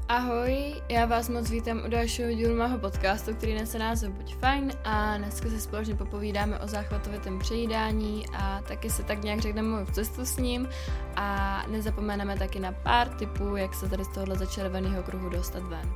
Ahoj, já vás moc vítám u dalšího dílu mého podcastu, který nese název Buď fajn a dneska si společně popovídáme o záchvatovitém přejídání a taky se tak nějak řekneme moju cestu s ním a nezapomeneme taky na pár tipů, jak se tady z tohohle začerveného kruhu dostat ven.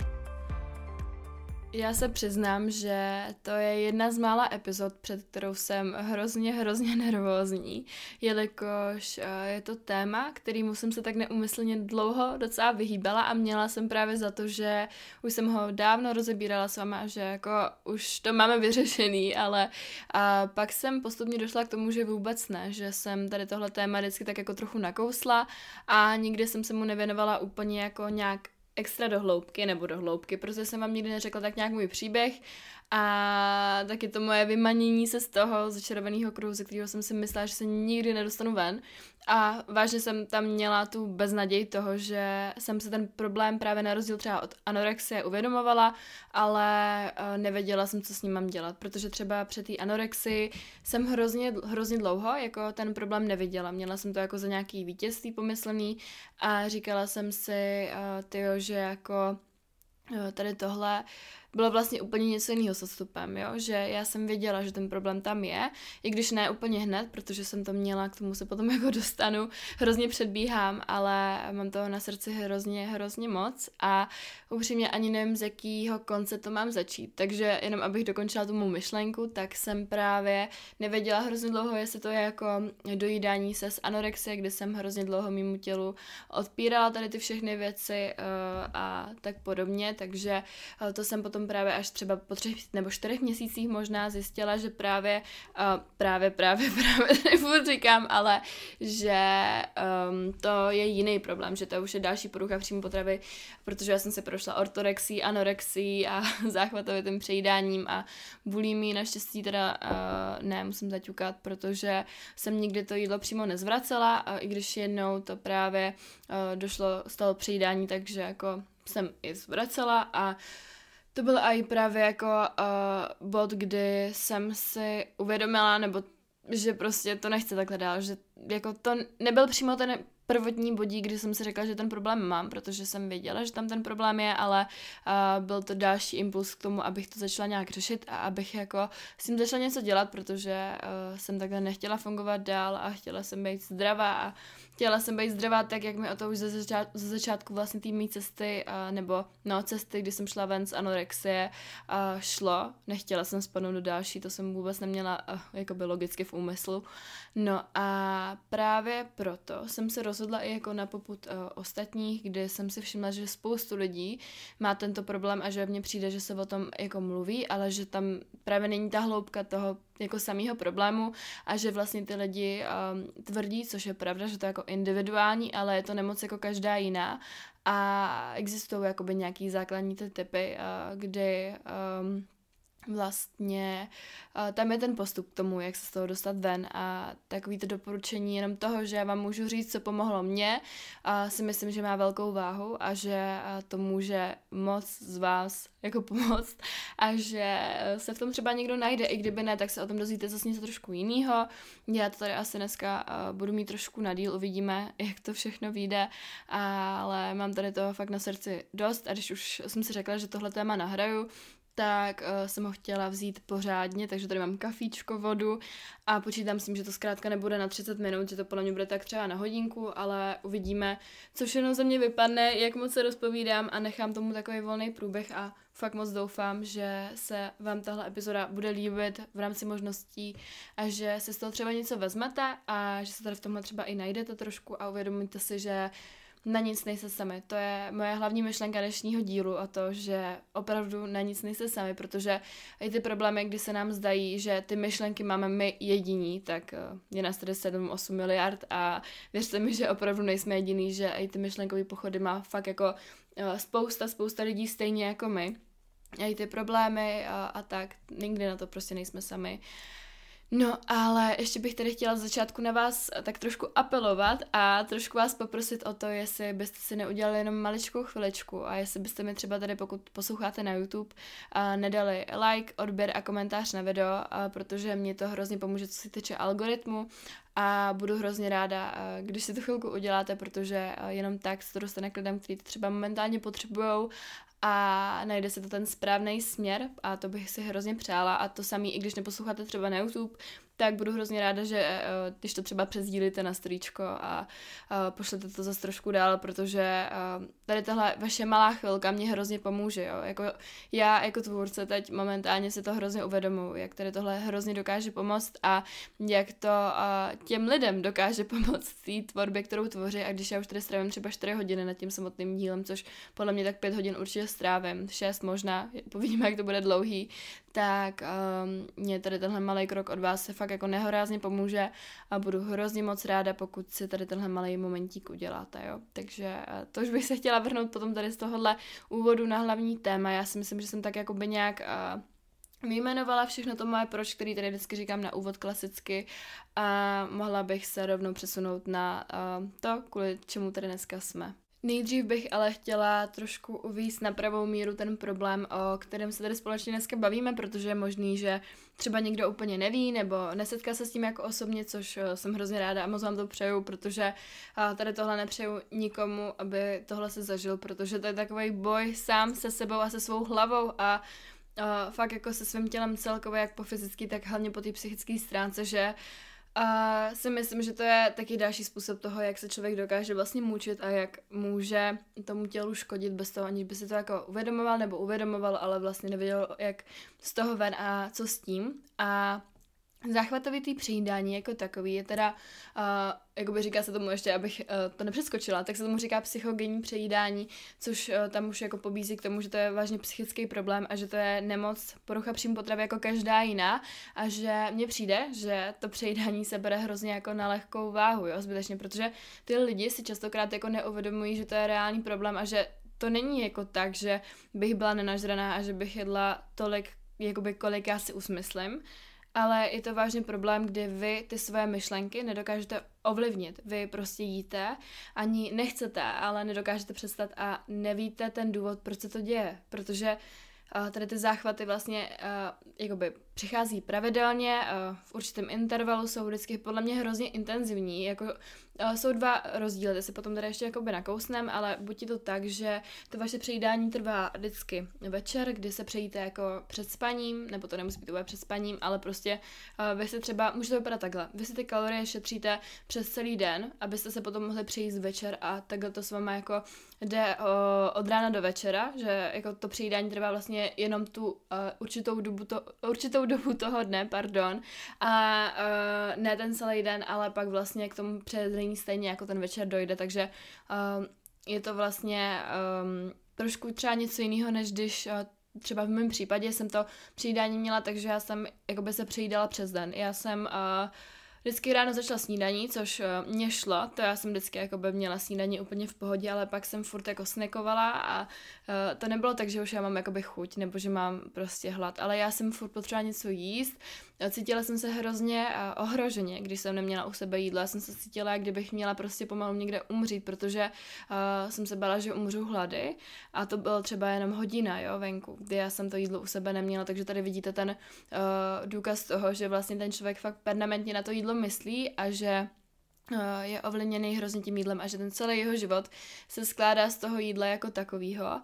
Já se přiznám, že to je jedna z mála epizod, před kterou jsem hrozně nervózní, jelikož je to téma, kterýmu jsem se tak neúmyslně dlouho docela vyhýbala a měla jsem právě za to, že už jsem ho dávno rozebírala s váma, že jako už to máme vyřešený, ale pak jsem postupně došla k tomu, že vůbec ne, že jsem tady tohle téma vždycky tak jako trochu nakousla a nikdy jsem se mu nevěnovala úplně jako nějak extra do hloubky, protože jsem vám nikdy neřekla tak nějak můj příběh a taky to moje vymanění se z toho začarovaného kruhu, ze kterého jsem si myslela, že se nikdy nedostanu ven a vážně jsem tam měla tu beznaděj toho, že jsem si ten problém právě na rozdíl třeba od anorexie uvědomovala, ale nevěděla jsem, co s ním mám dělat, protože třeba před té anorexii jsem hrozně dlouho jako ten problém neviděla, měla jsem to jako za nějaký vítězství pomyslený a říkala jsem si, že jako tady tohle bylo vlastně úplně něco jiného s odstupem, jo? Že já jsem věděla, že ten problém tam je, i když ne úplně hned, protože jsem to měla, k tomu se potom jako dostanu, hrozně předbíhám, ale mám toho na srdci hrozně moc a upřímně ani nevím, z jakého konce to mám začít, takže jenom abych dokončila tu mou myšlenku, tak jsem právě nevěděla hrozně dlouho, jestli to je jako dojídání se z anorexie, kde jsem hrozně dlouho mému tělu odpírala tady ty všechny věci a tak podobně, takže to jsem potom právě až třeba po 3 nebo 4 měsících možná zjistila, že právě furt říkám, ale že to je jiný problém, že to už je další porucha příjmu potravy, protože já jsem se prošla ortorexií, anorexií a záchvatovitým přejídáním a bulimii, naštěstí teda ne, musím zaťukat, protože jsem nikdy to jídlo přímo nezvracela, a i když jednou to právě došlo z toho přejídání, takže jako jsem i zvracela a to byl i právě jako bod, kdy jsem si uvědomila, nebo že prostě to nechce takhle dál, že jako to nebyl přímo ten prvotní bodík, kdy jsem si řekla, že ten problém mám, protože jsem věděla, že tam ten problém je, ale byl to další impuls k tomu, abych to začala nějak řešit a abych jako s tím začala něco dělat, protože jsem takhle nechtěla fungovat dál a chtěla jsem být zdravá tak, jak mi o to už ze začátku vlastně té mý cesty, cesty, kdy jsem šla ven z anorexie, šlo. Nechtěla jsem spadnout do další, to jsem vůbec neměla jakoby logicky v úmyslu. No a právě proto jsem se rozhodla i jako na popud ostatních, kdy jsem si všimla, že spoustu lidí má tento problém a že mně přijde, že se o tom jako mluví, ale že tam právě není ta hloubka toho jako samého problému a že vlastně ty lidi tvrdí, což je pravda, že to je jako individuální, ale je to nemoc jako každá jiná a existují jakoby nějaký základní ty typy, kdy vlastně tam je ten postup k tomu, jak se z toho dostat ven a takový to doporučení jenom toho, že já vám můžu říct, co pomohlo mně a si myslím, že má velkou váhu a že to může moc z vás jako pomoct a že se v tom třeba někdo najde, i kdyby ne, tak se o tom dozvíte zase něco trošku jinýho. Já to tady asi dneska budu mít trošku na díl, uvidíme, jak to všechno vyjde, ale mám tady toho fakt na srdci dost a když už jsem si řekla, že tohle téma nahraju, tak jsem ho chtěla vzít pořádně, takže tady mám kafíčko, vodu a počítám s tím, že to zkrátka nebude na 30 minut, že to podle mě bude tak třeba na hodinku, ale uvidíme, co všechno ze mě vypadne, jak moc se rozpovídám a nechám tomu takový volný průběh a fakt moc doufám, že se vám tahle epizoda bude líbit v rámci možností a že si z toho třeba něco vezmete a že se tady v tomhle třeba i najdete trošku a uvědomíte si, že na nic nejste sami. To je moje hlavní myšlenka dnešního dílu a to, že opravdu na nic nejste sami, protože i ty problémy, kdy se nám zdají, že ty myšlenky máme my jediní, tak je nás tady 7-8 miliard a věřte mi, že opravdu nejsme jediný, že i ty myšlenkové pochody má fakt jako spousta lidí stejně jako my. A i ty problémy a tak, nikdy na to prostě nejsme sami. No, ale ještě bych tady chtěla z začátku na vás tak trošku apelovat a trošku vás poprosit o to, jestli byste si neudělali jenom maličkou chviličku a jestli byste mi třeba tady, pokud posloucháte na YouTube, nedali like, odběr a komentář na video, protože mě to hrozně pomůže, co se týče algoritmu a budu hrozně ráda, když si tu chvilku uděláte, protože jenom tak se to dostane k lidem, kteří to třeba momentálně potřebujou a najde se to ten správný směr a to bych si hrozně přála a to samý, i když neposloucháte třeba na YouTube, tak budu hrozně ráda, že když to třeba přesdílíte na storíčko a pošlete to zase trošku dál, protože tady tahle vaše malá chvilka mě hrozně pomůže, jo. Jako já jako tvůrce teď momentálně si to hrozně uvědomuji, jak tady tohle hrozně dokáže pomoct a jak to těm lidem dokáže pomoct v té tvorbě, kterou tvoří a když já už tady strávím třeba 4 hodiny nad tím samotným dílem, což podle mě tak 5 hodin určitě strávím, 6 možná, uvidíme, jak to bude dlouhý, tak mě tady tenhle malý krok od vás se fakt jako nehorázně pomůže a budu hrozně moc ráda, pokud si tady tenhle malý momentík uděláte, jo. Takže to už bych se chtěla vrhnout potom tady z tohohle úvodu na hlavní téma. Já si myslím, že jsem tak jakoby nějak vyjmenovala všechno to moje proč, který tady vždycky říkám na úvod klasicky a mohla bych se rovnou přesunout na to, kvůli čemu tady dneska jsme. Nejdřív bych ale chtěla trošku uvést na pravou míru ten problém, o kterém se tady společně dneska bavíme, protože je možný, že třeba někdo úplně neví nebo nesetká se s tím jako osobně, což jsem hrozně ráda a moc vám to přeju, protože tady tohle nepřeju nikomu, aby tohle se zažil, protože to je takový boj sám se sebou a se svou hlavou a fakt jako se svým tělem celkově, jak po fyzické, tak hlavně po té psychické stránce, že si myslím, že to je taky další způsob toho, jak se člověk dokáže vlastně mučit a jak může tomu tělu škodit bez toho, aniž by si to jako uvědomoval, ale vlastně nevěděl, jak z toho ven a co s tím. A záchvatovitý přejídání jako takový je teda, jakoby říká se tomu ještě, abych to nepřeskočila, tak se tomu říká psychogenní přejídání, což tam už jako pobízí k tomu, že to je vážně psychický problém a že to je nemoc, porucha příjmu potravy jako každá jiná a že mně přijde, že to přejídání se bere hrozně jako na lehkou váhu, jo, zbytečně, protože ty lidi si častokrát jako neuvědomují, že to je reálný problém a že to není jako tak, že bych byla nenažraná a že bych jedla tolik, jakoby kolik já si usmyslím, ale je to vážný problém, kdy vy ty své myšlenky nedokážete ovlivnit. Vy prostě jíte, ani nechcete, ale nedokážete přestat a nevíte ten důvod, proč se to děje. Protože tady ty záchvaty vlastně jakoby přichází pravidelně, v určitém intervalu jsou vždycky podle mě hrozně intenzivní, jako jsou 2 rozdíly, ty se potom tady ještě jakoby nakousnem, ale buď je to tak, že to vaše přejídání trvá vždycky večer, kdy se přejíte jako před spaním, nebo to nemusí být úplně před spaním, ale prostě vy si třeba, může to vypadat takhle, vy si ty kalorie šetříte přes celý den, abyste se potom mohli přejíst večer a takhle to s váma jako jde od rána do večera, že jako to přejídání trvá vlastně jenom tu určitou dobu toho dne, a ne ten celý den, ale pak vlastně k tomu předjedení stejně jako ten večer dojde, takže je to vlastně trošku třeba něco jiného, než když třeba v mém případě jsem to přejídání měla, takže já jsem jakoby se přejídala přes den. Já jsem vždycky ráno začala snídaní, což mě šlo, to já jsem vždycky jakoby měla snídaní úplně v pohodě, ale pak jsem furt jako snackovala a to nebylo tak, že už já mám jakoby chuť, nebo že mám prostě hlad, ale já jsem furt potřebovala něco jíst. Cítila jsem se hrozně ohroženě, když jsem neměla u sebe jídlo. Já jsem se cítila, jak kdybych měla prostě pomalu někde umřít, protože jsem se bála, že umřu hlady a to bylo třeba jenom hodina, jo, venku, kdy já jsem to jídlo u sebe neměla, takže tady vidíte ten důkaz toho, že vlastně ten člověk fakt permanentně na to jídlo myslí a že je ovlivněný hrozně tím jídlem a že ten celý jeho život se skládá z toho jídla jako takovýho.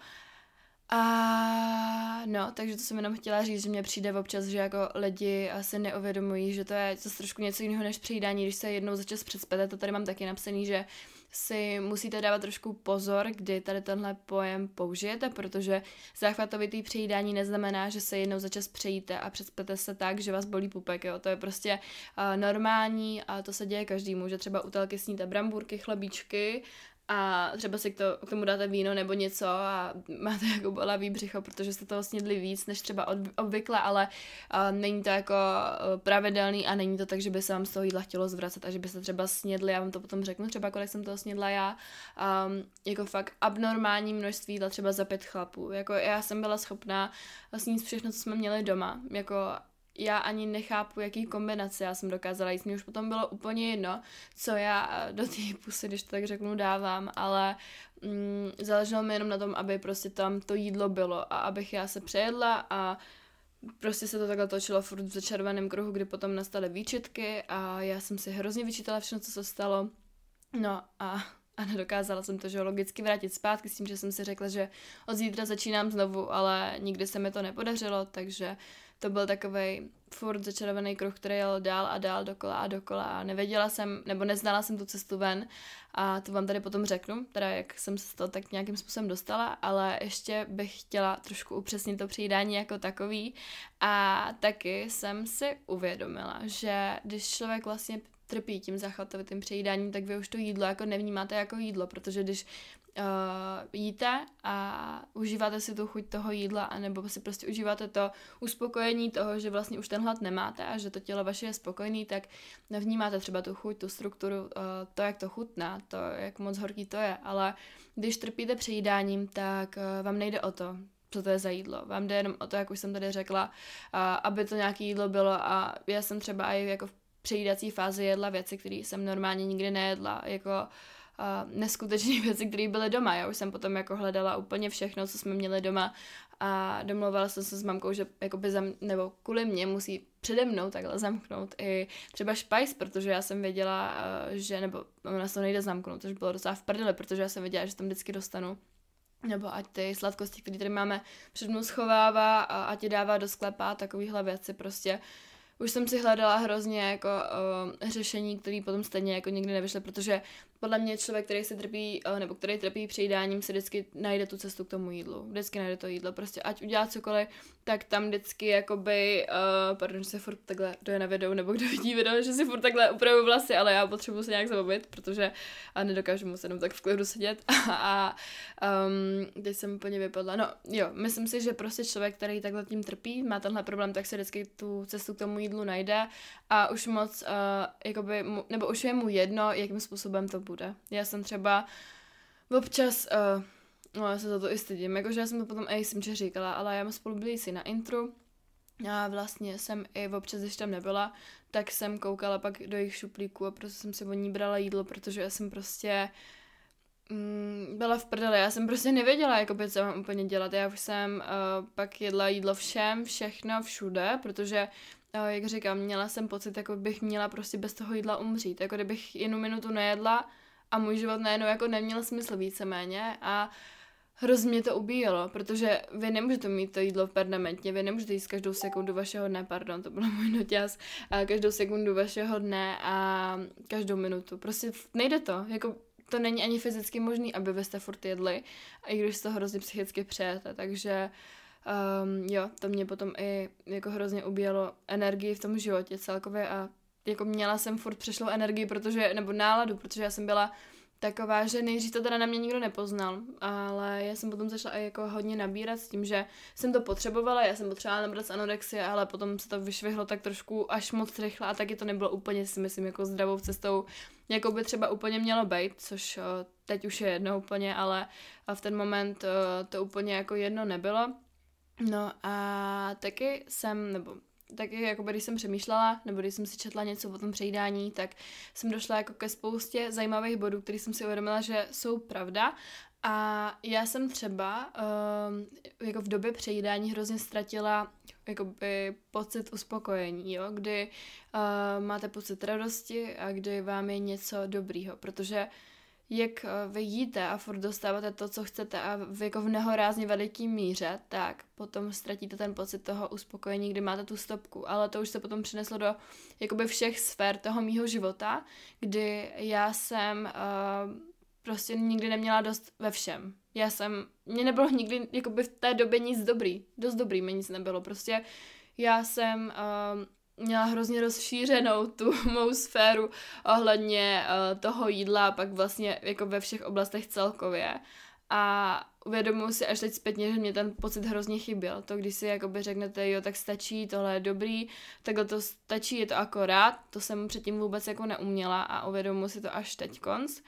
A no, takže to jsem jenom chtěla říct, že mně přijde občas, že jako lidi asi neuvědomují, že to je zase trošku něco jiného než přejídání, když se jednou za čas přecpete, to tady mám taky napsaný, že si musíte dávat trošku pozor, kdy tady tenhle pojem použijete, protože záchvatovitý přejídání neznamená, že se jednou za čas přejíte a přecpete se tak, že vás bolí pupek, jo, to je prostě normální a to se děje každému, že třeba u telky sníte brambůrky, chlebíčky a třeba si k tomu dáte víno nebo něco a máte jako bolavý břicho, protože jste toho snědli víc než třeba obvykle, ale není to jako pravidelný a není to tak, že by se vám z toho jídla chtělo zvracet a že byste třeba snědli, já vám to potom řeknu, třeba kolik jsem toho snědla já, jako fakt abnormální množství jídla třeba za 5 chlapů, jako já jsem byla schopná sníst všechno, co jsme měli doma, jako já ani nechápu, jaký kombinace já jsem dokázala jíst. Mně už potom bylo úplně jedno, co já do té pusy, když to tak řeknu, dávám, ale záleželo mi jenom na tom, aby prostě tam to jídlo bylo a abych já se přejedla a prostě se to takhle točilo furt v začarovaném kruhu, kdy potom nastaly výčitky a já jsem si hrozně vyčítala všechno, co se stalo. No a nedokázala jsem to, že logicky vrátit zpátky s tím, že jsem si řekla, že od zítra začínám znovu, ale nikdy se mi to nepodařilo, takže to byl takovej furt začarovaný kruh, který jel dál a dál, dokola a nevěděla jsem, nebo neznala jsem tu cestu ven a to vám tady potom řeknu, teda jak jsem se z toho tak nějakým způsobem dostala, ale ještě bych chtěla trošku upřesnit to přijídání jako takový a taky jsem si uvědomila, že když člověk vlastně trpí tím záchvatovitým přejídáním, tak vy už to jídlo jako nevnímáte jako jídlo, protože když jíte a užíváte si tu chuť toho jídla, anebo si prostě užíváte to uspokojení toho, že vlastně už ten hlad nemáte a že to tělo vaše je spokojený, tak nevnímáte třeba tu chuť, tu strukturu, to, jak to chutná, to, jak moc horký to je, ale když trpíte přejídáním, tak vám nejde o to, co to je za jídlo. Vám jde jenom o to, jak už jsem tady řekla, aby to nějaké jídlo bylo a já jsem třeba i jako v přejídací fázi jedla věci, které jsem normálně nikdy nejedla, jako neskutečné věci, které byly doma. Já už jsem potom jako hledala úplně všechno, co jsme měli doma a domlouvala jsem se s mamkou, že jakoby nebo kvůli mě musí přede mnou takhle zamknout i třeba špajs, protože já jsem věděla, že, nebo ona se to nejde zamknout, což bylo docela v prdeli, protože já jsem věděla, že tam vždycky dostanu. Nebo ať ty sladkosti, které tady máme před mnou schovává a ať je dává do sklepa, takovýhle věci prostě. Už jsem si hledala hrozně jako řešení, které potom stejně jako nikdy nevyšly, protože podle mě člověk, který se trpí, nebo který trpí přejídáním, si vždycky najde tu cestu k tomu jídlu. Vždycky najde to jídlo. Prostě ať udělá cokoliv, tak tam vždycky jakoby, pardon, že se furt takhle, kdo je na videu, nebo kdo vidí video, že si furt takhle upravuju vlasy, ale já potřebuji se nějak zabavit, protože nedokážu moc jenom tak v klidu sedět teď jsem úplně vypadla. No jo, myslím si, že prostě člověk, který takhle tím trpí, má tenhle problém, tak se vždycky tu cestu k tomu jídlu najde a už moc, jakoby, nebo už je mu jedno, jakým způsobem to bude. Já jsem třeba občas, já se za to i stydím, jakože já jsem to potom jsem říkala, ale já mám spolublící na intru a vlastně jsem i občas, když tam nebyla, tak jsem koukala pak do jejich šuplíku a prostě jsem si od ní brala jídlo, protože já jsem prostě byla v prdeli, já jsem prostě nevěděla, jakoby, co mám úplně dělat. Já už jsem pak jedla jídlo všechno, všude, protože jak říkám, měla jsem pocit, jako bych měla prostě bez toho jídla umřít, jako kdybych jednu minutu nejedla a můj život najednou jako neměl smysl víceméně a hrozně mě to ubíjelo, protože vy nemůžete mít to jídlo permanentně, vy nemůžete jíst každou sekundu vašeho dne, pardon, to byl můj noťaz, každou sekundu vašeho dne a každou minutu, prostě nejde to, jako to není ani fyzicky možný, aby vy jste furt jedli, a i když to hrozně psychicky přejete, takže jo, to mě potom i jako hrozně ubíjelo energii v tom životě celkově a jako měla jsem furt přešlou energii, nebo náladu, protože já jsem byla taková, že nejdřív to teda na mě nikdo nepoznal, ale já jsem potom začala i jako hodně nabírat s tím, že jsem to potřebovala, já jsem potřebovala nabrat z anorexie, ale potom se to vyšvihlo tak trošku až moc rychle a taky to nebylo úplně, si myslím, jako zdravou cestou, jako by třeba úplně mělo být, což teď už je jedno úplně, ale v ten moment to úplně jako jedno nebylo. No a taky jako když jsem přemýšlela, nebo když jsem si četla něco o tom přejídání, tak jsem došla jako ke spoustě zajímavých bodů, které jsem si uvědomila, že jsou pravda. A já jsem třeba jako v době přejídání hrozně ztratila jakoby pocit uspokojení, jo? Kdy máte pocit radosti a kdy vám je něco dobrýho, protože jak vy jíte a furt dostáváte to, co chcete a jako v nehorázně veliký míře, tak potom ztratíte ten pocit toho uspokojení, kdy máte tu stopku. Ale to už se potom přineslo do jakoby všech sfér toho mýho života, kdy já jsem prostě nikdy neměla dost ve všem. Mně nebylo nikdy jakoby v té době nic dost dobrý mi nic nebylo. Prostě já jsem měla hrozně rozšířenou tu mou sféru ohledně toho jídla a pak vlastně jako ve všech oblastech celkově. A uvědomuji si až teď zpětně, že mě ten pocit hrozně chyběl. To, když si jakoby řeknete, jo, tak stačí, tohle je dobrý, takhle to stačí, je to akorát, to jsem předtím vůbec jako neuměla a uvědomuji si to až teď konc.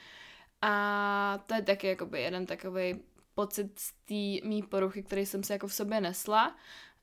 A to je taky jakoby jeden takovej pocit z té mý poruchy, který jsem si jako v sobě nesla.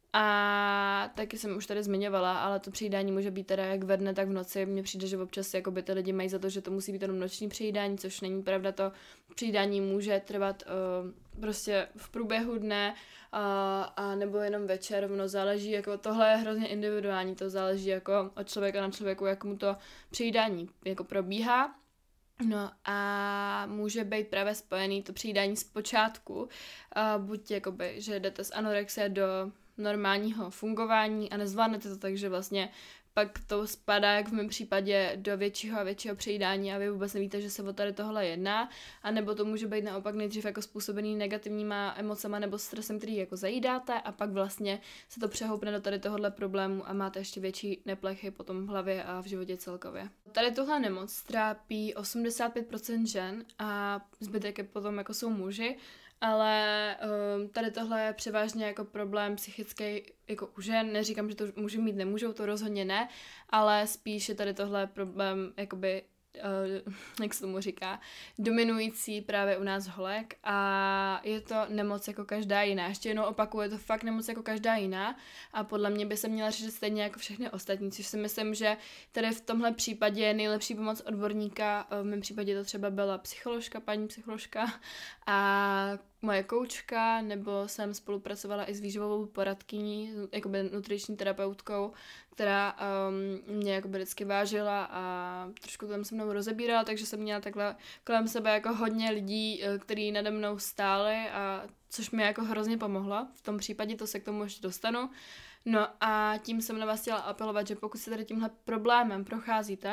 A taky jsem už tady zmiňovala, ale to přejídání může být teda jak ve dne, tak v noci. Mně přijde, že občas jakoby ty lidi mají za to, že to musí být jenom noční přejídání, což není pravda. To přejídání může trvat prostě v průběhu dne a nebo jenom večer, záleží, jako tohle je hrozně individuální, to záleží jako od člověka na člověku, jak mu to přejídání jako probíhá. No a může být právě spojený to přejídání zpočátku, buď jakoby, že jdete z anorexie do normálního fungování a nezvládnete to tak, že vlastně pak to spadá, jak v mém případě, do většího a většího přejídání a vy vůbec nevíte, že se o tady tohle jedná, a nebo to může být naopak nejdřív jako způsobený negativníma emocema nebo stresem, který jako zajídáte, a pak vlastně se to přehoupne do tady tohohle problému a máte ještě větší neplechy potom v hlavě a v životě celkově. Tady tuhle nemoc trápí 85% žen a zbytek je potom jako jsou muži, ale tady tohle je převážně jako problém psychický jako u žen. Neříkám, že to muži mít nemůžou, to rozhodně ne, ale spíš je tady tohle problém jakoby, jak se tomu říká, dominující právě u nás holek, a je to nemoc jako každá jiná. Ještě jednou opakuju, je to fakt nemoc jako každá jiná a podle mě by se měla řešit stejně jako všechny ostatní, což si myslím, že tady v tomhle případě je nejlepší pomoc odborníka. V mém případě to třeba byla psycholožka, paní psycholožka a moje koučka, nebo jsem spolupracovala i s výživovou poradkyní, jakoby nutriční terapeutkou, která mě jakoby vždycky vážila a trošku tam se mnou rozebírala, takže jsem měla takhle kolem sebe jako hodně lidí, kteří nade mnou stáli, a což mi jako hrozně pomohlo. V tom případě to se k tomu ještě dostanu. No a tím jsem na vás chtěla apelovat, že pokud se tady tímhle problémem procházíte,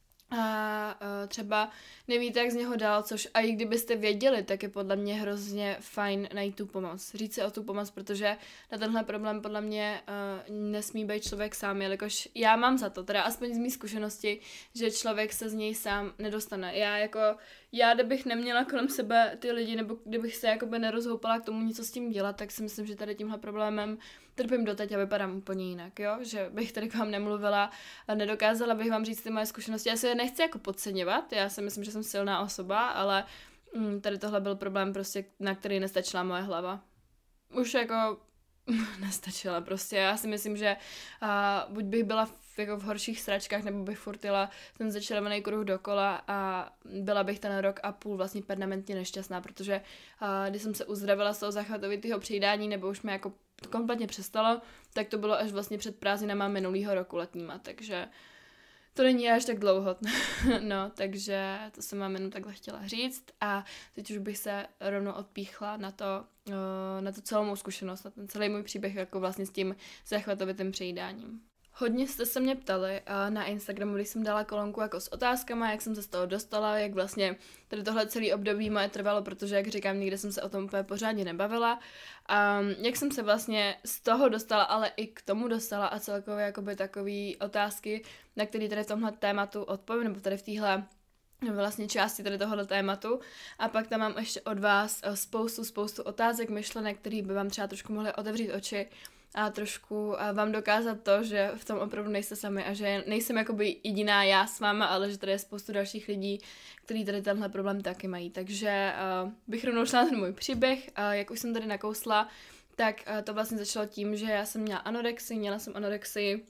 a třeba nevíte, jak z něho dál, což a i kdybyste věděli, tak je podle mě hrozně fajn najít tu pomoc. Říct si o tu pomoc, protože na tenhle problém podle mě nesmí být člověk sám, jelikož já mám za to, teda aspoň z mý zkušenosti, že člověk se z něj sám nedostane. Já kdybych neměla kolem sebe ty lidi, nebo kdybych se jakoby nerozhoupala k tomu něco s tím dělat, tak si myslím, že tady tímhle problémem trpím doteď a vypadám úplně jinak, jo? Že bych tady k vám nemluvila a nedokázala bych vám říct ty moje zkušenosti. Já se je nechci jako podceňovat, já si myslím, že jsem silná osoba, ale tady tohle byl problém prostě, na který nestačila moje hlava. Už jako nestačila prostě. Já si myslím, že buď bych byla v horších sračkách, nebo bych furt jela ten začervený kruh dokola a byla bych ten rok a půl vlastně permanentně nešťastná, protože když jsem se uzdravila z toho záchvatovitého přejídání, nebo už mi jako kompletně přestalo, tak to bylo až vlastně před prázdninama minulýho roku letníma, takže to není až tak dlouho. No, takže to jsem vám jenom takhle chtěla říct a teď už bych se rovnou odpíchla na to celou mou zkušenost, na ten celý můj příběh jako vlastně s tím záchvatovitým přejídáním. Hodně jste se mě ptali na Instagramu, když jsem dala kolonku jako s otázkama, jak jsem se z toho dostala, jak vlastně tady tohle celý období moje trvalo, protože, jak říkám, nikdy jsem se o tom úplně pořádně nebavila. Jak jsem se vlastně z toho dostala, ale i k tomu dostala a celkově jakoby takový otázky, na které tady v tomhle tématu odpovím, nebo tady v téhle vlastně části tady tohohle tématu. A pak tam mám ještě od vás spoustu otázek, myšlenek, které by vám třeba trošku mohly otevřít oči a trošku vám dokázat to, že v tom opravdu nejste sami a že nejsem jakoby jediná já s váma, ale že tady je spoustu dalších lidí, kteří tady tenhle problém taky mají. Takže bych rovnou šla na ten můj příběh. Jak už jsem tady nakousla, tak to vlastně začalo tím, že já jsem měla anorexii,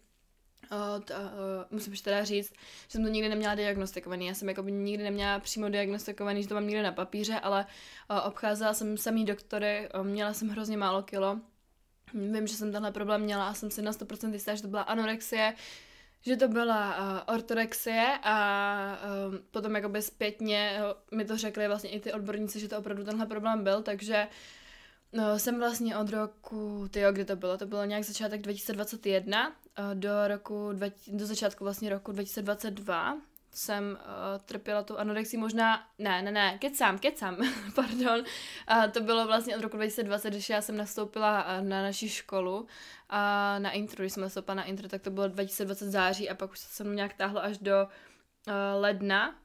musím ještě teda říct, že jsem to nikdy neměla diagnostikovaný. Já jsem jakoby nikdy neměla přímo diagnostikovaný, že to mám někde na papíře, ale obcházela jsem samý doktory, měla jsem hrozně málo kilo. Vím, že jsem tenhle problém měla a jsem si na 100% jistá, že to byla anorexie, že to byla ortorexie a potom jakoby zpětně mi to řekli vlastně i ty odborníci, že to opravdu tenhle problém byl, takže jsem vlastně od roku, kdy to bylo? To bylo nějak začátek 2021 do začátku vlastně roku 2022 jsem trpěla tu anorexii, možná, kecám, pardon. To bylo vlastně od roku 2020, když já jsem nastoupila na naši školu a na intro, když jsem nastoupila na intro, tak to bylo 2020 září a pak už se mnou nějak táhlo až do ledna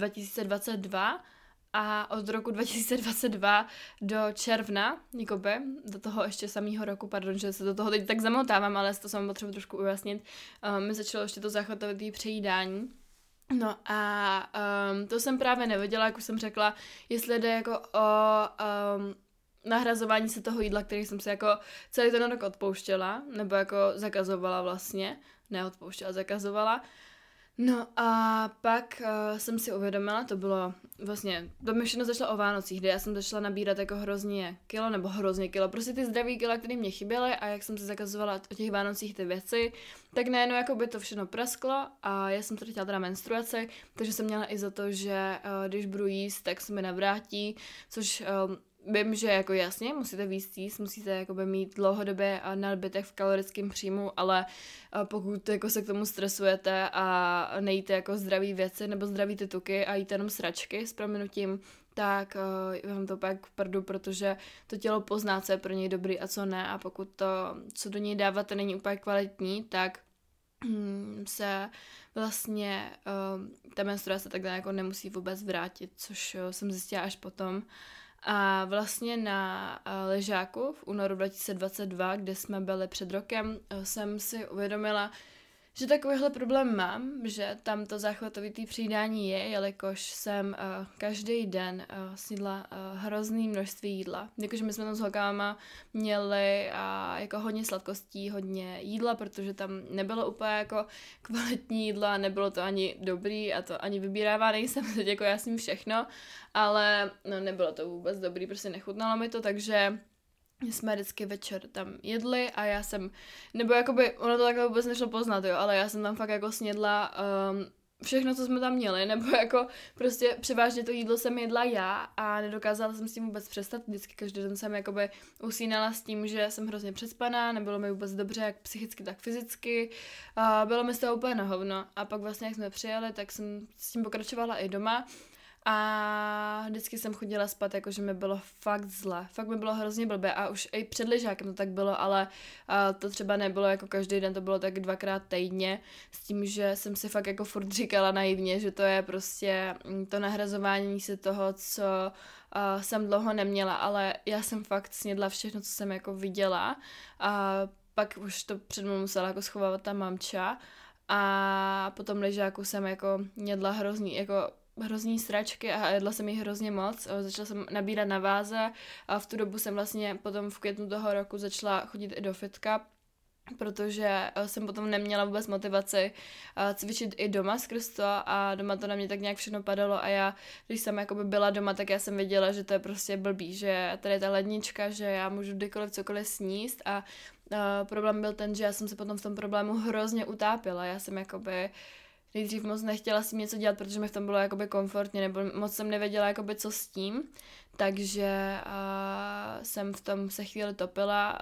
2022 a od roku 2022 do června, do toho ještě samého roku, pardon, že se do toho teď tak zamotávám, ale to jsem potřebuji trošku ujasnit, mi začalo ještě to záchvatovité přejídání. No a to jsem právě nevěděla, jak už jsem řekla, jestli jde jako o nahrazování se toho jídla, který jsem si jako celý ten rok odpouštěla, nebo jako zakazovala vlastně, neodpouštěla, zakazovala, No a pak jsem si uvědomila, to bylo vlastně, to mi všechno začalo o Vánocích, kdy já jsem začala nabírat jako hrozně kilo, prostě ty zdravý kila, které mě chyběly a jak jsem si zakazovala o těch Vánocích ty věci, tak najednou jako by to všechno prasklo a já jsem tady chtěla teda menstruaci, takže jsem měla i za to, že když budu jíst, tak se mi navrátí, což vím, že jako jasně, musíte víc jíst, musíte jakoby mít dlouhodobě nadbytek v kalorickém příjmu, ale pokud jako se k tomu stresujete a nejíte jako zdraví věci nebo zdraví ty tuky a jíte jenom sračky s prominutím, tak vám to pak prdu, protože to tělo pozná, co je pro něj dobrý a co ne a pokud to, co do něj dáváte, není úplně kvalitní, tak se vlastně ta menstruace takhle jako nemusí vůbec vrátit, což jsem zjistila až potom. A vlastně na ležáku v únoru 2022, kde jsme byli před rokem, jsem si uvědomila, že takovýhle problém mám, že tam to záchvatovitý přijídání je, jelikož jsem každý den snídla hrozný množství jídla. Jakože my jsme tam s holkama měli jako hodně sladkostí, hodně jídla, protože tam nebylo úplně jako kvalitní jídlo a nebylo to ani dobrý a to ani vybírává nejsem, teď jako já s ním všechno, ale no, nebylo to vůbec dobrý, prostě nechutnalo mi to, takže jsme vždycky večer tam jedli a já jsem, nebo jakoby, ono to takhle vůbec nešlo poznat, jo, ale já jsem tam fakt jako snědla všechno, co jsme tam měli, nebo jako prostě převážně to jídlo jsem jedla já a nedokázala jsem s tím vůbec přestat, vždycky každý den jsem jakoby usínala s tím, že jsem hrozně přespaná, nebylo mi vůbec dobře, jak psychicky, tak fyzicky, bylo mi z toho úplně na hovno a pak vlastně, jak jsme přijeli, tak jsem s tím pokračovala i doma. A vždycky jsem chodila spát, jakože mi bylo fakt zle. Fakt mi bylo hrozně blbé a už i před lyžákem to tak bylo, ale to třeba nebylo jako každý den, to bylo tak 2krát týdně s tím, že jsem si fakt jako furt říkala naivně, že to je prostě to nahrazování si toho, co jsem dlouho neměla, ale já jsem fakt snědla všechno, co jsem jako viděla a pak už to před mnou musela jako schovávat ta mamča a potom lyžáku jsem jako jedla hrozný sračky a jedla jsem jich hrozně moc. Začala jsem nabírat na váze a v tu dobu jsem vlastně potom v květnu toho roku začala chodit i do fitka, protože jsem potom neměla vůbec motivaci cvičit i doma skrz to a doma to na mě tak nějak všechno padalo a já, když jsem jakoby byla doma, tak já jsem věděla, že to je prostě blbý, že tady je ta lednička, že já můžu kdykoliv cokoliv sníst a problém byl ten, že já jsem se potom v tom problému hrozně utápila, já jsem jakoby nejdřív moc nechtěla s tím něco dělat, protože mi v tom bylo jakoby komfortně, nebo moc jsem nevěděla jakoby co s tím, takže jsem v tom se chvíli topila,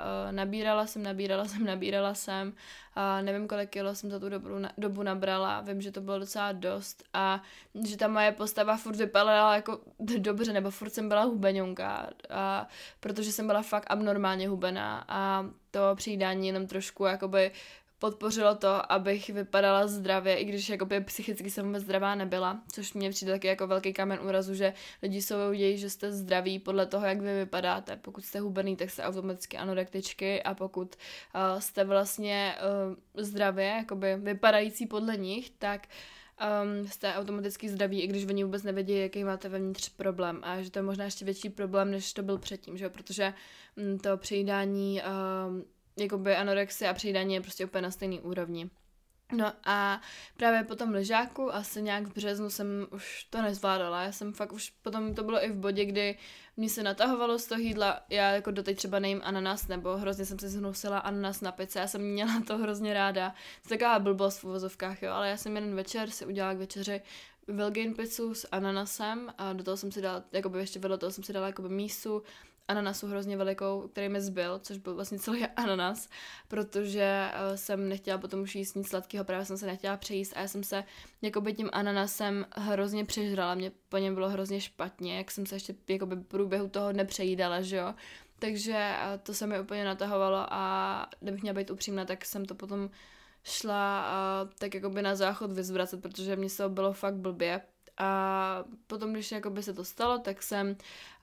nabírala jsem, nevím kolik kilo jsem za tu dobu nabrala, vím, že to bylo docela dost a že ta moje postava furt vypadala jako dobře, nebo furt jsem byla hubeňonka, protože jsem byla fakt abnormálně hubená a to přijídání jenom trošku jakoby podpořilo to, abych vypadala zdravě, i když jakoby psychicky jsem vůbec zdravá nebyla, což mě přijde taky jako velký kámen úrazu, že lidi soudějí, že jste zdraví podle toho, jak vy vypadáte. Pokud jste hubený, tak jste automaticky anorektičky a pokud jste vlastně zdravě, jakoby vypadající podle nich, tak jste automaticky zdraví, i když oni vůbec nevědí, jaký máte vevnitř problém a že to je možná ještě větší problém, než to byl předtím, že jo? Protože to přejídání jakoby anorexie a přejídání je prostě úplně na stejný úrovni. No a právě po tom ležáku asi nějak v březnu jsem už to nezvládala. Já jsem fakt už potom to bylo i v bodě, kdy mě se natahovalo z toho jídla. Já jako doteď třeba nejím ananas, nebo hrozně jsem si zhnusila ananas na pice. Já jsem měla to hrozně ráda. To je taková blbost v uvozovkách, jo, ale já jsem jeden večer si udělala k večeři Velgin pizzu s ananasem a do toho jsem si dala, jakoby ještě vedle toho jsem si dala jakoby mísu, ananasu hrozně velikou, který mi zbyl, což byl vlastně celý ananas, protože jsem nechtěla potom už jíst nic sladkého, právě jsem se nechtěla přejíst a já jsem se jakoby tím ananasem hrozně přežrala, mě po něm bylo hrozně špatně, jak jsem se ještě jakoby v průběhu toho nepřejídala, že jo. Takže to se mi úplně natahovalo a kdybych měla být upřímná, tak jsem to potom šla tak jakoby na záchod vyzvracet, protože mě se bylo fakt blbě a potom, když jakoby se to stalo, tak jsem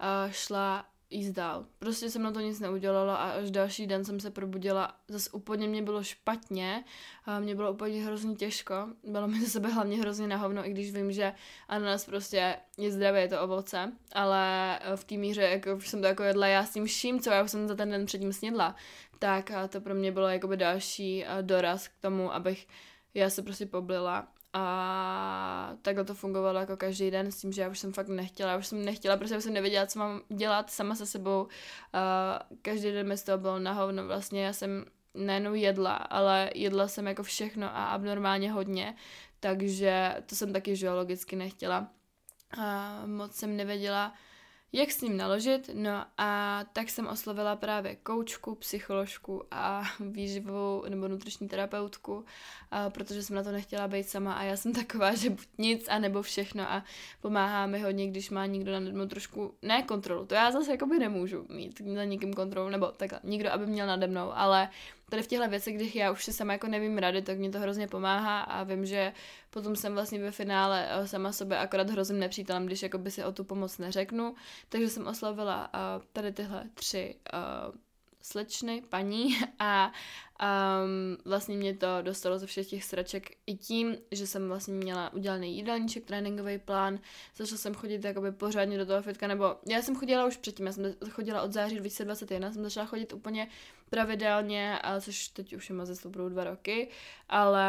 šla jíst dál. Prostě jsem na to nic neudělala a až další den jsem se probudila, zase úplně mě bylo špatně a mě bylo úplně hrozně těžko, bylo mi ze sebe hlavně hrozně na hovno, i když vím, že ananas prostě je zdravé, je to ovoce, ale v té míře, jako už jsem to jako jedla já s tím vším, co já už jsem za ten den předtím snědla, tak to pro mě bylo jakoby další doraz k tomu, abych já se prostě poblila A takhle to fungovalo jako každý den s tím, že já už jsem fakt nechtěla, protože už jsem nevěděla, co mám dělat sama se sebou. Každý den mi z toho bylo na hovno, vlastně já jsem nejenom jedla, ale jedla jsem jako všechno a abnormálně hodně, takže to jsem taky, že logicky nechtěla. A moc jsem nevěděla, jak s ním naložit, no a tak jsem oslovila právě koučku, psycholožku a výživovou nebo nutriční terapeutku, protože jsem na to nechtěla být sama a já jsem taková, že buď nic a nebo všechno a pomáhá mi hodně, když má někdo nade mnou trošku, ne kontrolu, to já zase jakoby nemůžu mít na nikým kontrolu, nebo takhle, nikdo, aby měl nade mnou, ale tady v těchto věcech, když já už si sama jako nevím rady, tak mě to hrozně pomáhá a vím, že potom jsem vlastně ve finále sama sobě akorát hrozím nepřítelem, když jakoby si o tu pomoc neřeknu, takže jsem oslovila tady tyhle 3 slečny, paní a vlastně mě to dostalo ze všech těch sraček i tím, že jsem vlastně měla udělaný jídelníček, tréninkový plán, začala jsem chodit jakoby pořádně do toho fitka, nebo já jsem chodila už předtím, já jsem chodila od září 2021, jsem začala chodit úplně pravidelně, což teď už je mezi to budou 2 roky, ale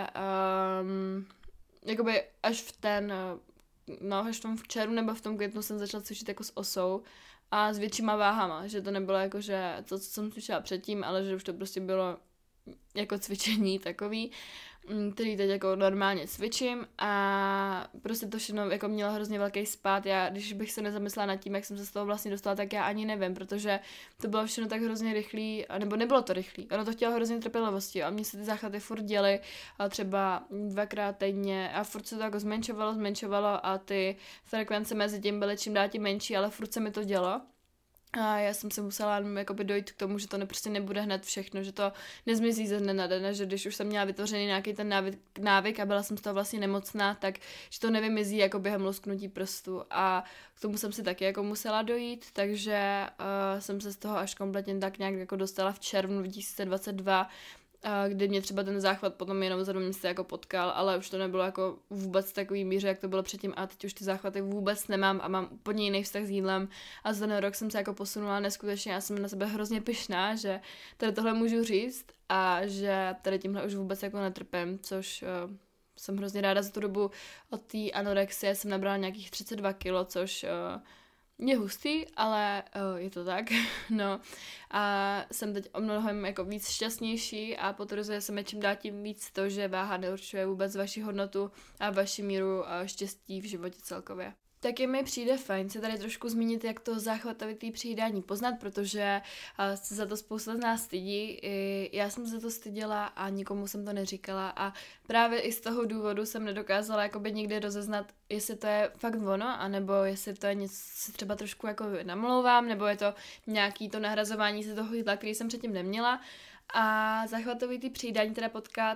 jakoby až v tom v červnu nebo v tom květnu jsem začala cvičit jako s osou a s většíma váhama, že to nebylo jako, že to, co jsem cvičila předtím, ale že už to prostě bylo jako cvičení takový, který teď jako normálně cvičím a prostě to všechno jako mělo hrozně velký spád. Já, když bych se nezamyslela nad tím, jak jsem se z toho vlastně dostala, tak já ani nevím, protože to bylo všechno tak hrozně rychlý, nebo nebylo to rychlý, ono to chtělo hrozně trpělivosti a mně se ty záchvaty furt děly a třeba 2krát týdně a furt se to jako zmenšovalo a ty frekvence mezi tím byly čím dál tím menší, ale furt se mi to dělo. A já jsem se musela jakoby dojít k tomu, že to prostě nebude hned všechno, že to nezmizí ze dne na den, že když už jsem měla vytvořený nějaký ten návyk a byla jsem z toho vlastně nemocná, tak že to nevymizí jako během lusknutí prstu a k tomu jsem si taky jako musela dojít, takže jsem se z toho až kompletně tak nějak jako dostala v červnu 2022, kdy mě třeba ten záchvat potom jenom za 2 měsíce jako potkal, ale už to nebylo jako vůbec takový míře, jak to bylo předtím a teď už ty záchvaty vůbec nemám a mám úplně jiný vztah s jídlem a za ten rok jsem se jako posunula neskutečně, já jsem na sebe hrozně pyšná, že tady tohle můžu říct a že tady tímhle už vůbec jako netrpím, což jsem hrozně ráda. Za tu dobu od té anorexie jsem nabrala nějakých 32 kilo, což je hustý, ale je to tak, no. A jsem teď o mnohem jako víc šťastnější a potvrzuje se mi čím dál tím víc to, že váha neurčuje vůbec vaši hodnotu a vaši míru štěstí v životě celkově. Taky mi přijde fajn se tady trošku zmínit, jak to záchvatovitý přijídání poznat, protože se za to spousta z nás stydí. I já jsem se za to styděla a nikomu jsem to neříkala a právě i z toho důvodu jsem nedokázala jakoby nikdy rozeznat, jestli to je fakt ono, anebo jestli to je něco, si třeba trošku jako namlouvám, nebo je to nějaký to nahrazování se toho jídla, který jsem předtím neměla. A záchvatovitý přijídání teda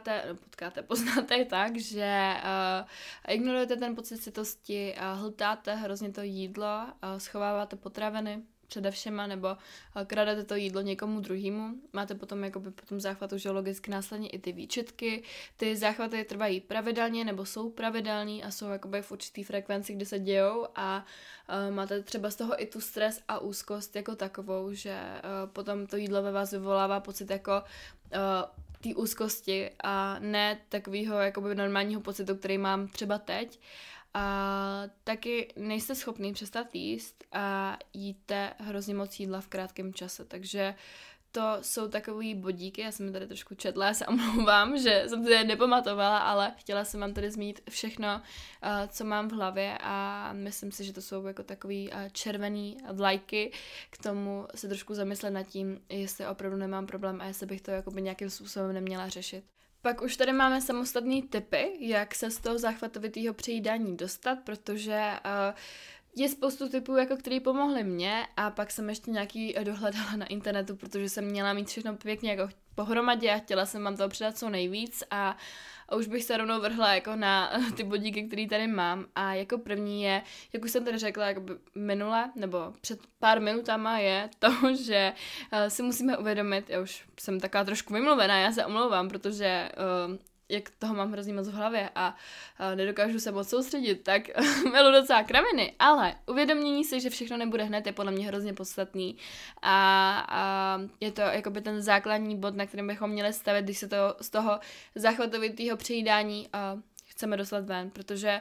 poznáte tak, že ignorujete ten pocit sytosti, hltáte hrozně to jídlo, schováváte potraviny především, nebo kradete to jídlo někomu druhému. Máte potom jakoby po tom záchvatu, že logicky následně i ty výčitky. Ty záchvaty trvají pravidelně nebo jsou pravidelný a jsou jakoby v určitý frekvenci, kdy se dějou a máte třeba z toho i tu stres a úzkost jako takovou, že potom to jídlo ve vás vyvolává pocit jako té úzkosti a ne takového jakoby normálního pocitu, který mám třeba teď. A taky nejste schopný přestat jíst a jíte hrozně moc jídla v krátkém čase, takže to jsou takový bodíky, já jsem je tady trošku četla, já se omlouvám, že jsem to nepamatovala, ale chtěla jsem vám tady zmínit všechno, co mám v hlavě a myslím si, že to jsou jako takový červený vlajky, k tomu se trošku zamyslet nad tím, jestli opravdu nemám problém a jestli bych to jakoby nějakým způsobem neměla řešit. Pak už tady máme samostatné tipy, jak se z toho záchvatovitého přejídání dostat, protože je spoustu typů, jako který pomohly mně a pak jsem ještě nějaký dohledala na internetu, protože jsem měla mít všechno pěkně jako pohromadě a chtěla jsem vám toho předat co nejvíc a už bych se rovnou vrhla jako na ty bodíky, které tady mám a jako první je, jak už jsem tady řekla jako minule, nebo před pár minutama je to, že si musíme uvědomit, já už jsem taková trošku vymluvená, já se omlouvám, protože jak toho mám hrozně moc v hlavě a nedokážu se moc soustředit, tak milu docela kraviny, ale uvědomění si, že všechno nebude hned, je podle mě hrozně podstatný a je to jakoby ten základní bod, na kterém bychom měli stavit, když se to z toho záchvatovitého přejídání chceme dostat ven, protože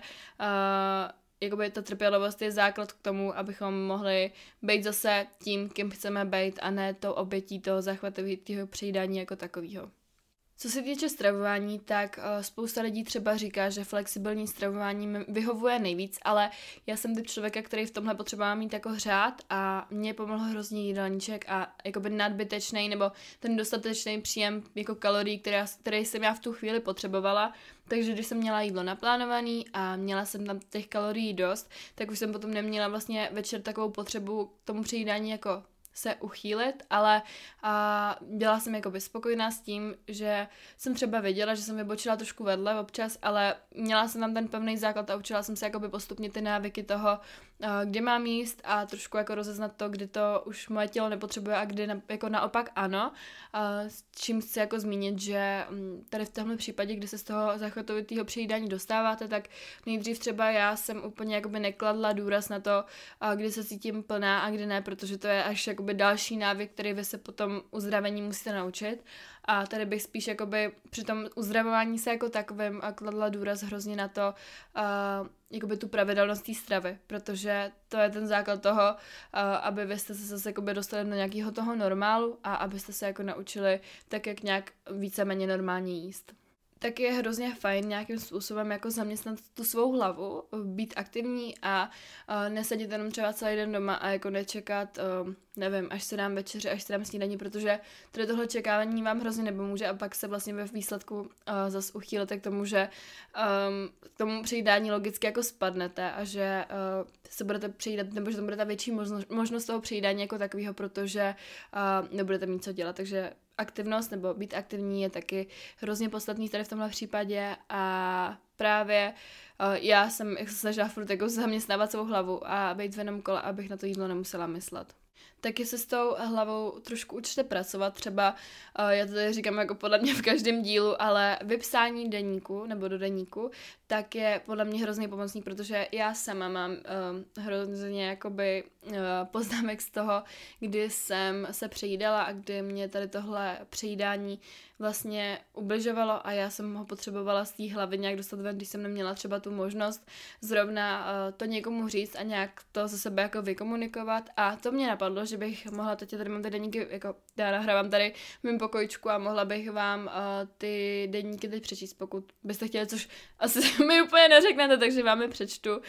jakoby ta trpělivost je základ k tomu, abychom mohli být zase tím, kým chceme být a ne tou obětí toho zachvatovitého přejídání jako takového. Co se týče stravování, tak spousta lidí třeba říká, že flexibilní stravování mi vyhovuje nejvíc, ale já jsem typ člověka, který v tomhle potřeboval mít jako řád a mě pomohl hrozně jídelníček a jakoby nadbytečný nebo ten dostatečný příjem jako kalorií, který jsem já v tu chvíli potřebovala. Takže když jsem měla jídlo naplánovaný a měla jsem tam těch kalorií dost, tak už jsem potom neměla vlastně večer takovou potřebu k tomu přejídání jako se uchýlit, ale byla jsem jakoby spokojená s tím, že jsem třeba věděla, že jsem vybočila trošku vedle občas, ale měla jsem tam ten pevný základ a učila jsem se jakoby postupně ty návyky toho, kde mám jíst a trošku jako rozeznat to, kdy to už moje tělo nepotřebuje a kdy jako naopak ano. S čím chci jako zmínit, že tady v tomhle případě, kdy se z toho zachvatovitého přejídání dostáváte, tak nejdřív třeba já jsem úplně jakoby nekladla důraz na to, kdy se cítím plná a kdy ne, protože to je až jakoby další návyk, který vy se potom uzdravení musíte naučit. A tady bych spíš jakoby při tom uzdravování se jako takovým a kladla důraz hrozně na to, jakoby tu pravidelnost té stravy, protože to je ten základ toho, aby vy jste se zase jakoby dostali do nějakého toho normálu a abyste se jako naučili tak, jak nějak víceméně normálně jíst. Tak je hrozně fajn nějakým způsobem jako zaměstnat tu svou hlavu, být aktivní a nesedět jenom třeba celý den doma a jako nečekat, nevím, až se dám večeři, až se dám snídaní, protože tady tohle čekávání vám hrozně nepomůže a pak se vlastně ve výsledku zase uchýlete k tomu, že k tomu přejídání logicky jako spadnete a že se budete přejídat, nebo že to bude ta větší možnost toho přejídání jako takového, protože nebudete mít co dělat, takže aktivnost nebo být aktivní je taky hrozně podstatný tady v tomhle případě a právě já jsem se snažila furt jako zaměstnávat svou hlavu a být v jenom kole, abych na to jídlo nemusela myslet. Taky se s tou hlavou trošku učte pracovat, třeba, já to tady říkám jako podle mě v každém dílu, ale vypsání deníku nebo do deníku, tak je podle mě hrozně pomocný, protože já sama mám hrozně jakoby poznámek z toho, kdy jsem se přejídala a kdy mě tady tohle přejídání vlastně ubližovalo a já jsem ho potřebovala z té hlavy nějak dostat ven, když jsem neměla třeba tu možnost zrovna to někomu říct a nějak to ze sebe jako vykomunikovat a to mě napadlo, že bych mohla, teď tady mám ty deníky, jako já nahrávám tady v mém pokojičku a mohla bych vám ty deníky teď přečíst, pokud byste chtěli, což asi mi úplně neřeknete, takže vám je přečtu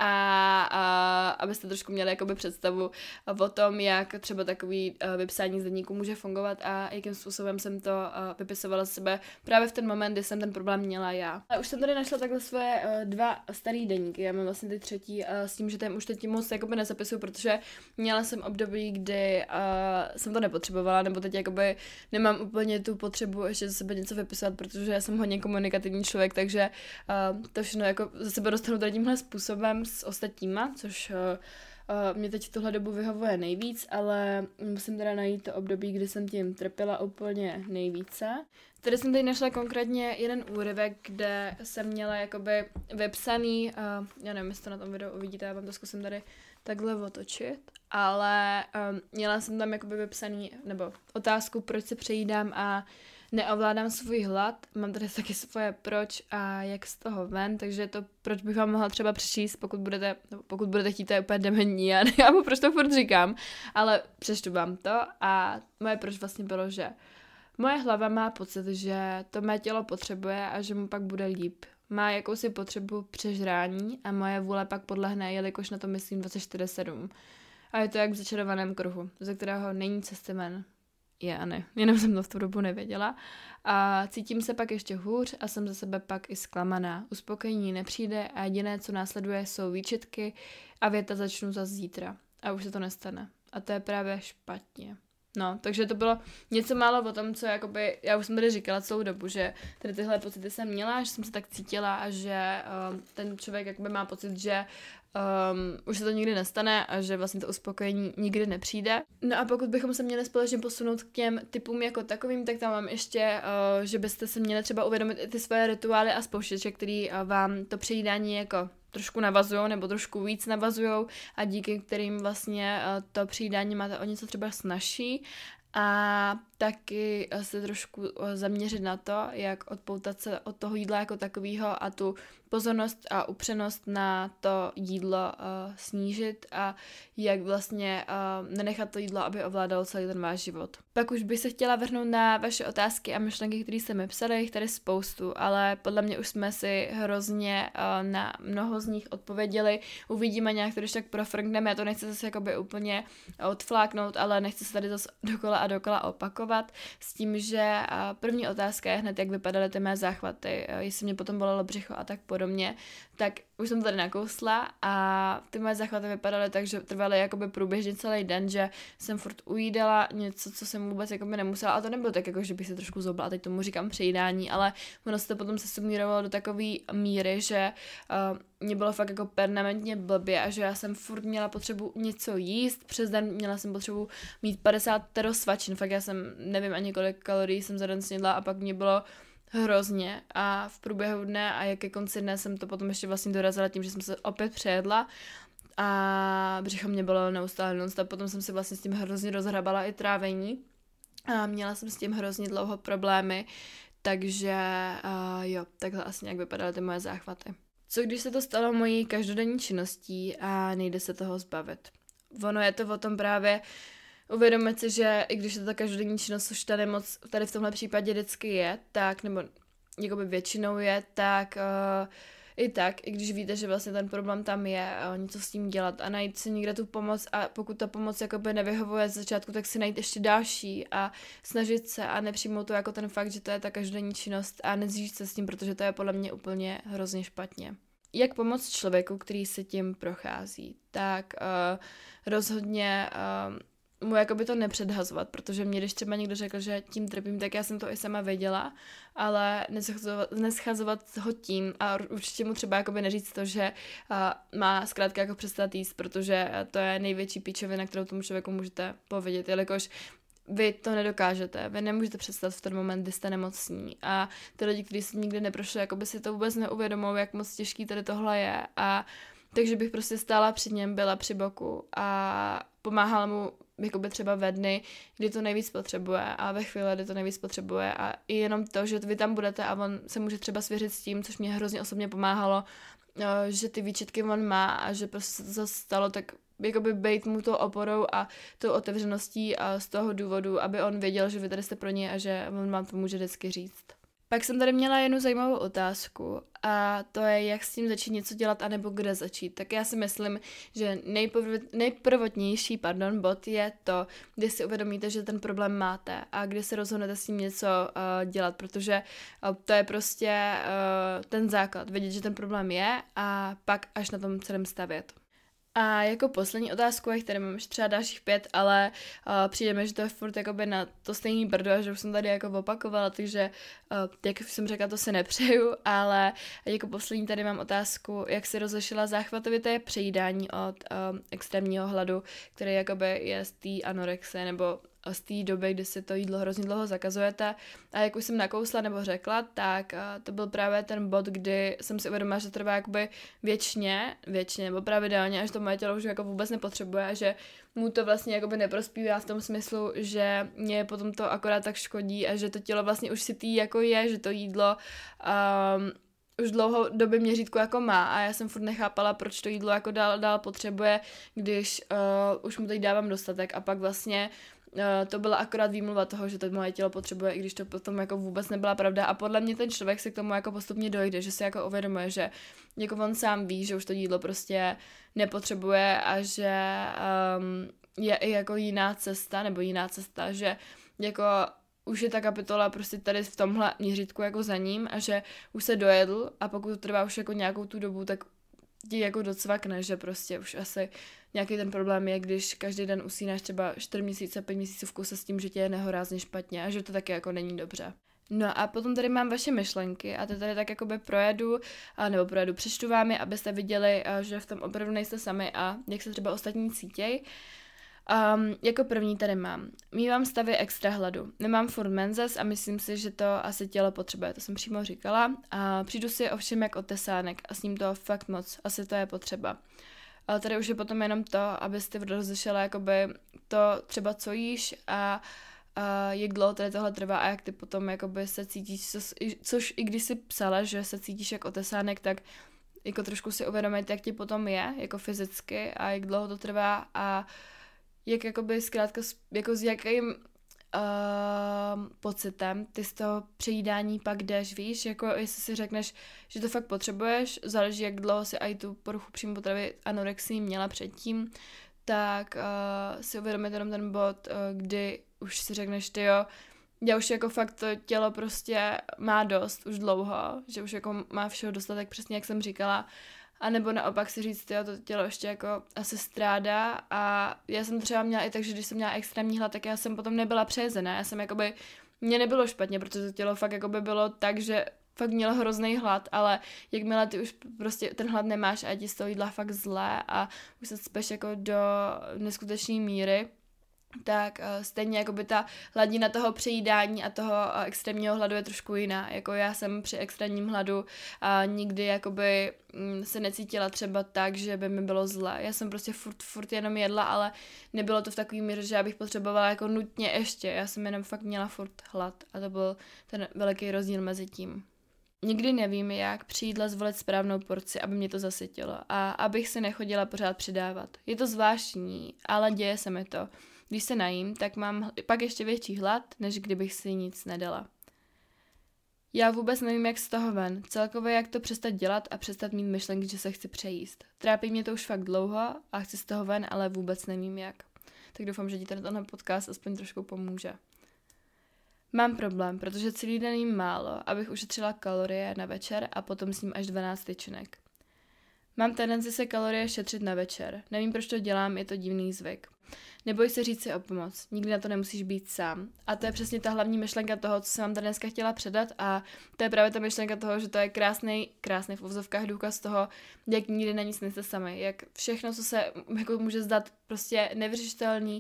a abyste trošku měli jakoby představu o tom, jak třeba takový vypsání z deníku může fungovat a jakým způsobem jsem to vypisovala z sebe právě v ten moment, kdy jsem ten problém měla já. A už jsem tady našla takhle svoje 2 starý deníky, já mám vlastně ty třetí s tím, že tam už teď moc jakoby nezapisuju, protože měla jsem období, kdy jsem to nepotřebovala, nebo teď jakoby nemám úplně tu potřebu ještě ze sebe něco vypisovat, protože já jsem hodně komunikativní člověk, takže to všechno jako ze sebe dostanu tady tímhle způsobem s ostatníma, což mě teď v tuhle dobu vyhovuje nejvíc, ale musím teda najít to období, kdy jsem tím trpěla úplně nejvíce. Tady jsem tady našla konkrétně jeden úryvek, kde jsem měla jakoby vypsaný, já nevím, jestli to na tom videu uvidíte, já vám to zkusím tady takhle otočit, ale měla jsem tam jakoby vypsaný, nebo otázku, proč se přejídám a neovládám svůj hlad, mám tady taky svoje proč a jak z toho ven, takže to proč bych vám mohla třeba přečíst, pokud budete chtít, to je úplně dementní, já nechápu, proč to furt říkám, ale přečtu vám to a moje proč vlastně bylo, že moje hlava má pocit, že to mé tělo potřebuje a že mu pak bude líp. Má jakousi potřebu přežrání a moje vůle pak podlehne, jelikož na to myslím 24/7. A je to jak v začarovaném kruhu, ze kterého není cesty ven. Je a ne, jenom jsem to v tu dobu nevěděla. A cítím se pak ještě hůř a jsem za sebe pak i zklamaná. Uspokojení nepřijde a jediné, co následuje, jsou výčitky a věta začnu zas zítra. A už se to nestane. A to je právě špatně. No, takže to bylo něco málo o tom, co jakoby, já už jsem tady říkala celou dobu, že tady tyhle pocity jsem měla, že jsem se tak cítila a že ten člověk jakoby má pocit, že už se to nikdy nestane a že vlastně to uspokojení nikdy nepřijde. No a pokud bychom se měli společně posunout k těm typům jako takovým, tak tam mám ještě, že byste se měli třeba uvědomit i ty svoje rituály a spouštěče, který vám to přejídání jako trošku navazujou nebo trošku víc navazujou a díky kterým vlastně to přijídání máte o něco třeba snazší. A taky se trošku zaměřit na to, jak odpoutat se od toho jídla jako takového a tu pozornost a upřenost na to jídlo snížit a jak vlastně nenechat to jídlo, aby ovládalo celý ten váš život. Pak už bych se chtěla vrhnout na vaše otázky a myšlenky, které jste mi psali, jich tady spoustu, ale podle mě už jsme si hrozně na mnoho z nich odpověděli. Uvidíme nějak to, když tak profrkneme, já to nechci zase jakoby úplně odfláknout, ale nechci se tady zase dokola a dokola opakovat s tím, že první otázka je hned, jak vypadaly ty mé záchvaty, jestli mě potom bolelo břicho a tak podobně, tak už jsem to tady nakousla a ty moje záchvaty vypadaly tak, že trvaly jakoby průběžně celý den, že jsem furt ujídala něco, co jsem vůbec jakoby nemusela, a to nebylo tak, jako že bych se trošku zobla, a teď tomu říkám přejídání, ale ono se to potom se sumírovalo do takové míry, že mě bylo fakt jako permanentně blbě a že já jsem furt měla potřebu něco jíst, přes den měla jsem potřebu mít 50 svačin, fakt já jsem nevím ani kolik kalorií jsem za den snědla a pak mě bylo hrozně a v průběhu dne a jak ke konci dne jsem to potom ještě vlastně dorazila tím, že jsem se opět přejedla a břicho mě bylo neustále non-stop, potom jsem si vlastně s tím hrozně rozhrabala i trávení a měla jsem s tím hrozně dlouho problémy, takže jo, takhle asi nějak vypadaly ty moje záchvaty. Co když se to stalo mojí každodenní činností a nejde se toho zbavit? Ono je to o tom právě uvědomit si, že i když je to ta každodenní činnost, což tady moc tady v tomhle případě vždycky je, tak, nebo jakoby většinou je, tak i tak, i když víte, že vlastně ten problém tam je, něco s tím dělat a najít si někde tu pomoc a pokud ta pomoc jakoby nevyhovuje z začátku, tak si najít ještě další a snažit se a nepřijmout to jako ten fakt, že to je ta každodenní činnost a nezžít se s tím, protože to je podle mě úplně hrozně špatně. Jak pomoct člověku, který se tím prochází? Tak rozhodně mu jakoby to nepředhazovat, protože mě, když třeba někdo řekl, že tím trpím, tak já jsem to i sama věděla, ale neschazovat ho tím a určitě mu třeba jakoby neříct to, že má zkrátka jako přestat jíst, protože to je největší píčovina, kterou tomu člověku můžete povědět, jelikož vy to nedokážete, vy nemůžete představit v ten moment, kdy jste nemocní a ty lidi, kteří si nikdy neprošli, jakoby si to vůbec neuvědomou, jak moc těžký tady tohle je a takže bych prostě stála před něm, byla při boku a pomáhala mu jakoby třeba ve dny, kdy to nejvíc potřebuje a ve chvíli, kdy to nejvíc potřebuje a i jenom to, že vy tam budete a on se může třeba svěřit s tím, což mě hrozně osobně pomáhalo, že ty výčitky on má a že prostě se to zase stalo, tak jakoby bejt mu tou oporou a tou otevřeností a z toho důvodu, aby on věděl, že vy tady jste pro něj a že on vám to může vždycky říct. Pak jsem tady měla jednu zajímavou otázku a to je, jak s tím začít něco dělat anebo kde začít. Tak já si myslím, že nejprvotnější bod je to, kdy si uvědomíte, že ten problém máte a kdy se rozhodnete s tím něco dělat, protože to je prostě ten základ, vědět, že ten problém je a pak až na tom celém stavět. A jako poslední otázku, jak tady mám ještě třeba dalších 5, ale přijde mi, že to je furt jakoby na to stejný brdo a že už jsem tady jako opakovala, takže jak jsem řekla, to si nepřeju, ale jako poslední tady mám otázku, jak si rozlišila záchvatovité přejídání od extrémního hladu, který jakoby je z té anorexie nebo z té doby, kdy si to jídlo hrozně dlouho zakazujete. A jak už jsem nakousla nebo řekla, tak to byl právě ten bod, kdy jsem si uvědomila, že to trvá jakoby věčně nebo pravidelně, až to moje tělo už jako vůbec nepotřebuje a že mu to vlastně jakoby neprospívá v tom smyslu, že mě potom to akorát tak škodí a že to tělo vlastně už si tý jako je, že to jídlo už dlouhodobě měřítku jako má a já jsem furt nechápala, proč to jídlo jako dál potřebuje, když už mu teď dávám dostatek a pak vlastně to byla akorát výmluva toho, že to moje tělo potřebuje, i když to potom jako vůbec nebyla pravda a podle mě ten člověk se k tomu jako postupně dojde, že si jako uvědomuje, že jako on sám ví, že už to jídlo prostě nepotřebuje a že je i jako jiná cesta, že jako už je ta kapitola prostě tady v tomhle měřítku jako za ním a že už se dojedl a pokud to trvá už jako nějakou tu dobu, tak ti jako docvakne, že prostě už asi nějaký ten problém je, když každý den usínáš třeba 4 měsíce, 5 měsíců v kuse s tím, že tě je nehorázně špatně a že to taky jako není dobře. No a potom tady mám vaše myšlenky a to tady tak jakoby přečtu vám je, abyste viděli, že v tom opravdu nejste sami a jak se třeba ostatní cítěj. Jako první tady mívám stavy extra hladu. Nemám furt menzes a myslím si, že to asi tělo potřebuje, to jsem přímo říkala. Přijdu si ovšem jak otesánek a s ním to fakt moc, asi to je potřeba. Ale tady už je potom jenom to, abyste rozlišila jakoby to třeba co jíš a jak dlouho tady tohle trvá a jak ty potom jakoby se cítíš, což i když si psala, že se cítíš jak otesánek, tak jako trošku si uvědomit, jak ti potom je, jako fyzicky a jak dlouho to trvá a jak jakoby zkrátka, jako s jakým pocitem ty z toho přejídání pak jdeš, víš, jako jestli si řekneš, že to fakt potřebuješ, záleží jak dlouho si i tu poruchu příjmu potravy anorexii měla předtím, tak si uvědomit jenom ten bod, kdy už si řekneš, tyjo, já už jako fakt to tělo prostě má dost už dlouho, že už jako má všeho dostatek, přesně jak jsem říkala, a nebo naopak si říct, tyjo, to tělo ještě jako asi strádá a já jsem třeba měla i tak, že když jsem měla extrémní hlad, tak já jsem potom nebyla přejezená, já jsem jakoby, mně nebylo špatně, protože to tělo fakt jakoby bylo tak, že fakt mělo hrozný hlad, ale jakmile ty už prostě ten hlad nemáš a ti z toho jídla fakt zlé a už se cpeš jako do neskutečné míry, tak stejně jakoby ta hladina toho přejídání a toho extrémního hladu je trošku jiná. Jako já jsem při extrémním hladu nikdy jakoby se necítila třeba tak, že by mi bylo zle. Já jsem prostě furt jenom jedla, ale nebylo to v takový míře, že já bych potřebovala jako nutně ještě. Já jsem jenom fakt měla furt hlad a to byl ten veliký rozdíl mezi tím. Nikdy nevím, jak při jídle zvolit správnou porci, aby mě to zasytilo a abych se nechodila pořád přidávat. Je to zvláštní, ale děje se mi to. Když se najím, tak mám pak ještě větší hlad, než kdybych si nic nedala. Já vůbec nevím, jak z toho ven. Celkově jak to přestat dělat a přestat mít myšlenky, že se chci přejíst. Trápí mě to už fakt dlouho a chci z toho ven, ale vůbec nevím jak. Tak doufám, že ti tenhle podcast aspoň trošku pomůže. Mám problém, protože celý den jím málo, abych ušetřila kalorie na večer a potom sním až 12 tyčinek. Mám tendenci se kalorie šetřit na večer. Nevím, proč to dělám, je to divný zvyk. Neboj se říct si o pomoc, nikdy na to nemusíš být sám. A to je přesně ta hlavní myšlenka toho, co jsem vám tady dneska chtěla předat a to je právě ta myšlenka toho, že to je krásný v uvozovkách důkaz toho, jak nikdy na nic nejste sami, jak všechno, co se jako může zdát prostě nevyřešitelný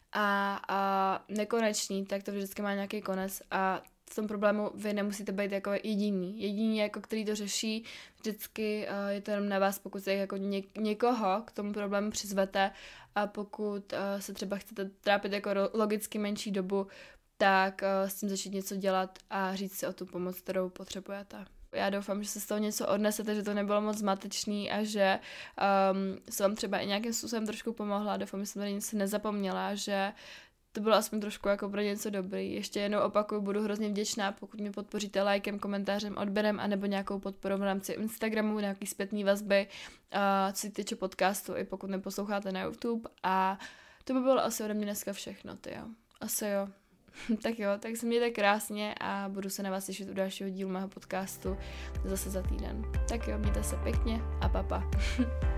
a nekonečný, tak to vždycky má nějaký konec a v tom problému vy nemusíte být jako jediní jako který to řeší, vždycky je to jenom na vás, pokud se jako někoho k tomu problému přizvete a pokud se třeba chcete trápit jako logicky menší dobu, tak s tím začít něco dělat a říct si o tu pomoc, kterou potřebujete. Já doufám, že se z toho něco odnesete, že to nebylo moc zmatečný a že se vám třeba i nějakým způsobem trošku pomohla. Doufám, že jsem tady nic nezapomněla, že to bylo aspoň trošku jako pro něco dobrý. Ještě jednou opakuju, budu hrozně vděčná, pokud mě podpoříte lajkem, komentářem, odběrem anebo nějakou podporou v rámci Instagramu, nějaký zpětný vazby, co se týče podcastu, i pokud neposloucháte na YouTube. A to by bylo asi ode mě dneska všechno, tyjo. Asi jo. Tak jo, tak se mějte krásně a budu se na vás těšit u dalšího dílu mého podcastu zase za týden. Tak jo, mějte se pěkně a papa.